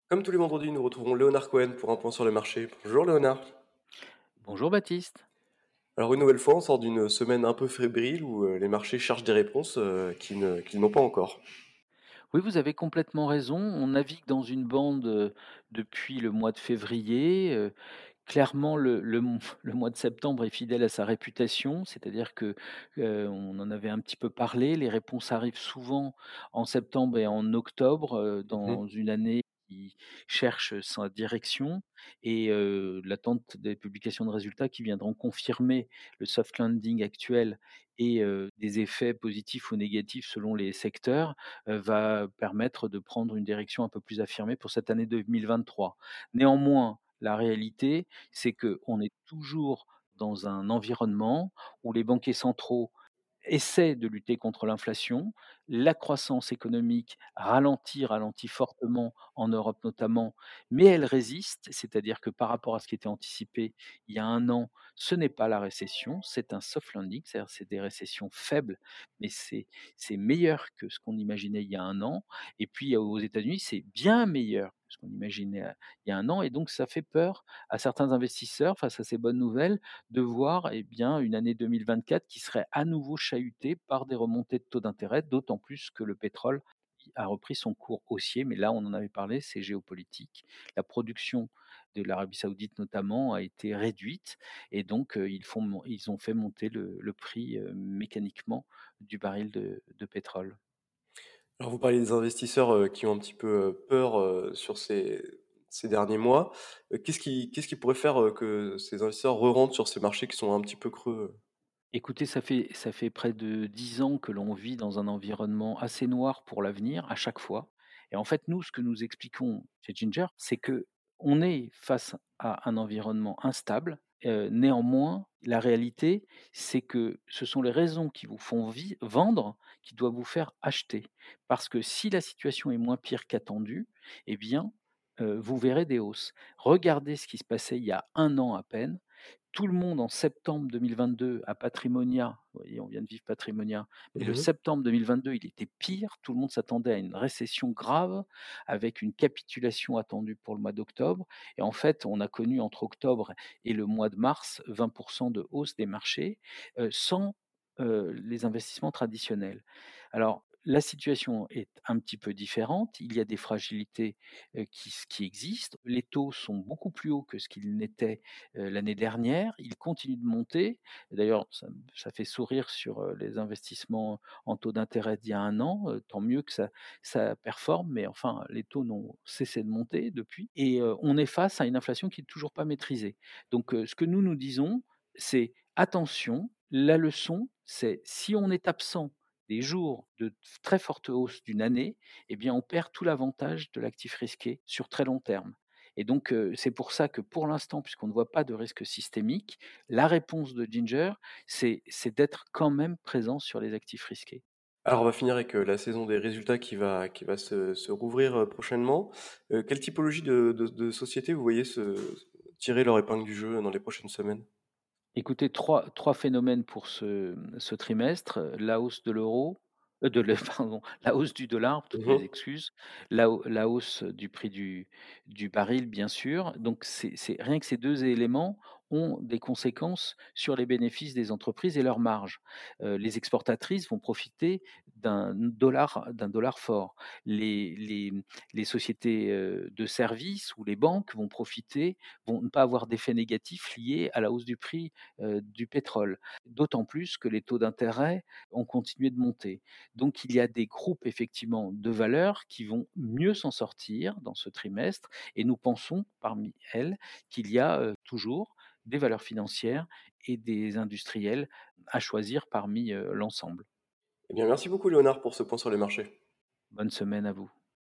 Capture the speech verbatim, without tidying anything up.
Comme tous les vendredis, nous retrouvons Léonard Cohen pour un point sur le marché. Bonjour Léonard. Bonjour Baptiste. Alors une nouvelle fois, on sort d'une semaine un peu fébrile où euh, les marchés cherchent des réponses euh, qu'ils ne- qu'ils n'ont pas encore. Oui, vous avez complètement raison. On navigue dans une bande euh, depuis le mois de février. Euh, clairement, le, le m- le mois de septembre est fidèle à sa réputation, c'est-à-dire que euh, on en avait un petit peu parlé. Les réponses arrivent souvent en septembre et en octobre euh, Mhm. dans une année qui cherche sa direction et euh, l'attente des publications de résultats qui viendront confirmer le soft landing actuel et euh, des effets positifs ou négatifs selon les secteurs heu, va permettre de prendre une direction un peu plus affirmée pour cette année deux mille vingt-trois. Néanmoins, la réalité, c'est qu'on est toujours dans un environnement où les banquiers centraux essaie de lutter contre l'inflation. La croissance économique ralentit, ralentit fortement en Europe notamment, mais elle résiste, c'est-à-dire que par rapport à ce qui était anticipé il y a un an, ce n'est pas la récession, c'est un soft landing, c'est-à-dire c'est des récessions faibles, mais c'est c'est meilleur que ce qu'on imaginait il y a un an. Et puis aux États-Unis, c'est bien meilleur que ce qu'on imaginait, heu, il y a un an, et donc ça fait peur à certains investisseurs face à ces bonnes nouvelles de voir, eh bien, une année deux mille vingt-quatre qui serait à nouveau chahutée par des remontées de taux d'intérêt, d'autant plus que le pétrole a repris son cours haussier. Mais là, on en avait parlé, c'est géopolitique. La production de l'Arabie Saoudite notamment a été réduite, et donc euh, ils, font, mon- ils ont fait monter le, le prix euh, mécaniquement du baril de, de pétrole. Alors vous parlez des investisseurs euh, qui ont un petit peu euh, peur euh, sur ces, ces derniers mois. Euh, qu'est-ce qui, qu'est-ce qui pourrait faire euh, que ces investisseurs re-rentrent sur ces marchés qui sont un petit peu creux? Écoutez, ça fait ça fait près de dix ans que l'on vit dans un environnement assez noir pour l'avenir, à chaque fois. Et en fait, nous, ce que nous expliquons chez Ginger, c'est que on est face à un environnement instable. Heu, néanmoins, la réalité, c'est que ce sont les raisons qui vous font vi vendre qui doivent vous faire acheter. Parce que si la situation est moins pire qu'attendue, eh bien, heu, vous verrez des hausses. Regardez ce qui se passait il y a un an à peine. Tout le monde en septembre deux mille vingt-deux à Patrimonia, vous voyez, on vient de vivre Patrimonia, mais le Mhm. septembre deux mille vingt-deux, il était pire. Tout le monde s'attendait à une récession grave, avec une capitulation attendue pour le mois d'octobre. Et en fait, on a connu entre octobre et le mois de mars vingt de hausse des marchés, heu, sans, heu, les investissements traditionnels. Alors, la situation est un petit peu différente. Il y a des fragilités, heu, qui s qui existent. Les taux sont beaucoup plus hauts que ce qu'ils n'étaient heu, l'année dernière. Il continue de monter. D'ailleurs, ça me ça fait sourire sur, heu, les investissements en taux d'intérêt d'il y a un an, heu, tant mieux que ça ça performe, mais enfin, les taux n'ont cessé de monter depuis, et heu, on est face à une inflation qui est toujours pas maîtrisée. Donc heu, ce que nous nous disons, c'est: «Attention, la leçon, c'est si on est absent des jours de très forte hausse d'une année, eh bien, on perd tout l'avantage de l'actif risqué sur très long terme». Et donc, heu, c'est pour ça que pour l'instant, puisqu'on ne voit pas de risque systémique, la réponse de Ginger, c'est c'est d'être quand même présent sur les actifs risqués. Alors on va finir avec euh, la saison des résultats qui va, qui va se, se rouvrir euh, prochainement. Euh, quelle typologie de, de, de société vous voyez se tirer leur épingle du jeu dans les prochaines semaines? Écoutez, trois trois phénomènes pour ce ce trimestre, la hausse de l'euro, heu, de le pardon, la hausse du dollar, toutes mes Mhm. excuses, la au la hausse du prix du du baril, bien sûr. Donc c'est c'est rien que ces deux éléments ont des conséquences sur les bénéfices des entreprises et leurs marges. Heu, les exportatrices vont profiter d'un dollar d'un dollar fort. Les les les sociétés, heu, de services ou les banques vont profiter vont ne pas avoir d'effet négatif lié à la hausse du prix heu, du pétrole. D'autant plus que les taux d'intérêt ont continué de monter. Donc il y a des groupes effectivement de valeurs qui vont mieux s'en sortir dans ce trimestre, et nous pensons parmi elles qu'il y a, heu, toujours des valeurs financières et des industriels à choisir parmi, heu, l'ensemble. Eh bien, merci beaucoup Léonard pour ce point sur les marchés. Bonne semaine à vous.